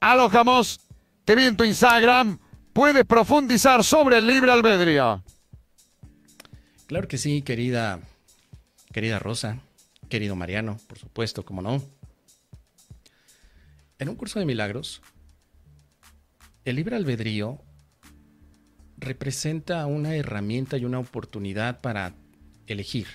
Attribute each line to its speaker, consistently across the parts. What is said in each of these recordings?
Speaker 1: alojamos. Te vi en tu Instagram. ¿Puedes profundizar sobre el libre albedrío?
Speaker 2: Claro que sí, querida Rosa, querido Mariano, por supuesto, cómo no. En un curso de milagros, el libre albedrío representa una herramienta y una oportunidad para elegir.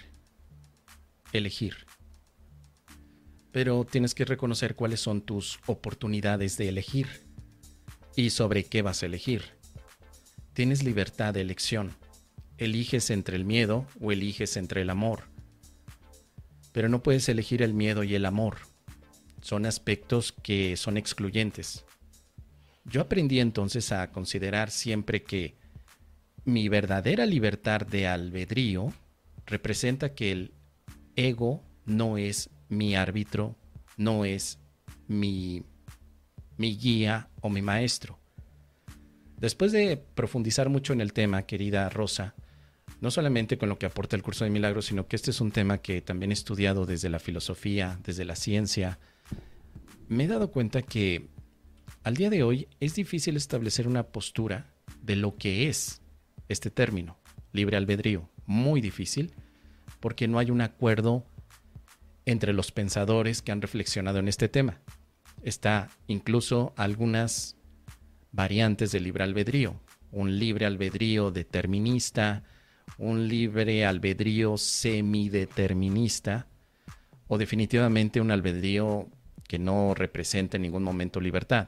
Speaker 2: Pero tienes que reconocer cuáles son tus oportunidades de elegir y sobre qué vas a elegir. Tienes libertad de elección. Eliges entre el miedo o eliges entre el amor. Pero no puedes elegir el miedo y el amor. Son aspectos que son excluyentes. Yo aprendí entonces a considerar siempre que mi verdadera libertad de albedrío representa que el ego no es mi árbitro, no es mi guía o mi maestro. Después de profundizar mucho en el tema, querida Rosa, no solamente con lo que aporta el curso de milagros, sino que este es un tema que también he estudiado desde la filosofía, desde la ciencia, me he dado cuenta que al día de hoy es difícil establecer una postura de lo que es este término, libre albedrío. Muy difícil, porque no hay un acuerdo entre los pensadores que han reflexionado en este tema. Está incluso algunas variantes del libre albedrío. Un libre albedrío determinista, un libre albedrío semideterminista, o definitivamente un albedrío que no representa en ningún momento libertad.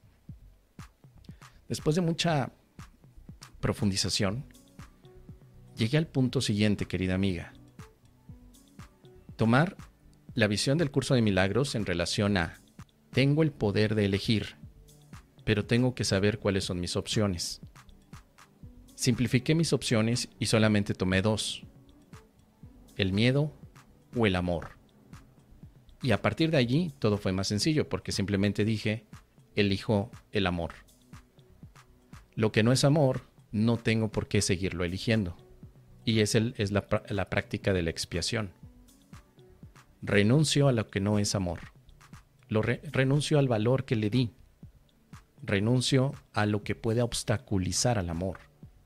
Speaker 2: Después de mucha profundización, llegué al punto siguiente, querida amiga. Tomar la visión del curso de milagros en relación a tengo el poder de elegir, pero tengo que saber cuáles son mis opciones. Simplifiqué mis opciones y solamente tomé dos: el miedo o el amor. Y a partir de allí todo fue más sencillo, porque simplemente dije, elijo el amor. Lo que no es amor, no tengo por qué seguirlo eligiendo. Y es la práctica de la expiación. Renuncio a lo que no es amor. Renuncio al valor que le di. Renuncio a lo que puede obstaculizar al amor.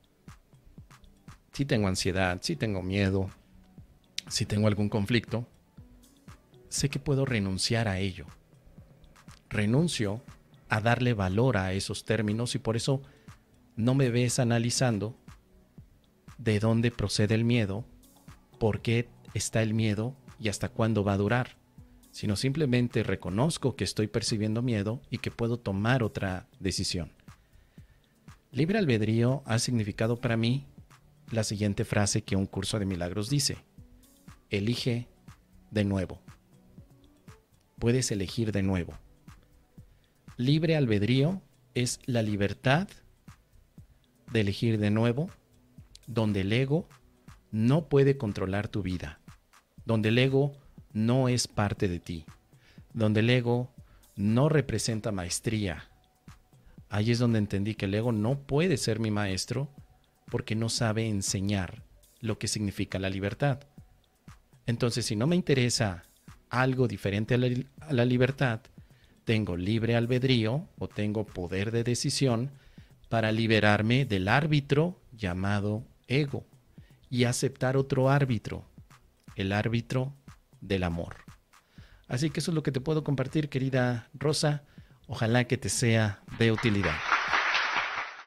Speaker 2: Si tengo ansiedad, si tengo miedo, si tengo algún conflicto, sé que puedo renunciar a ello. Renuncio a darle valor a esos términos y por eso no me ves analizando de dónde procede el miedo, por qué está el miedo y hasta cuándo va a durar, sino simplemente reconozco que estoy percibiendo miedo y que puedo tomar otra decisión. Libre albedrío ha significado para mí la siguiente frase que un curso de milagros dice: elige de nuevo. Puedes elegir de nuevo. Libre albedrío es la libertad de elegir de nuevo, donde el ego no puede controlar tu vida, donde el ego no es parte de ti, donde el ego no representa maestría. Ahí es donde entendí que el ego no puede ser mi maestro porque no sabe enseñar lo que significa la libertad. Entonces, si no me interesa algo diferente a la libertad, tengo libre albedrío o tengo poder de decisión para liberarme del árbitro llamado ego y aceptar otro árbitro, el árbitro del amor. Así que eso es lo que te puedo compartir, querida Rosa. Ojalá que te sea de utilidad.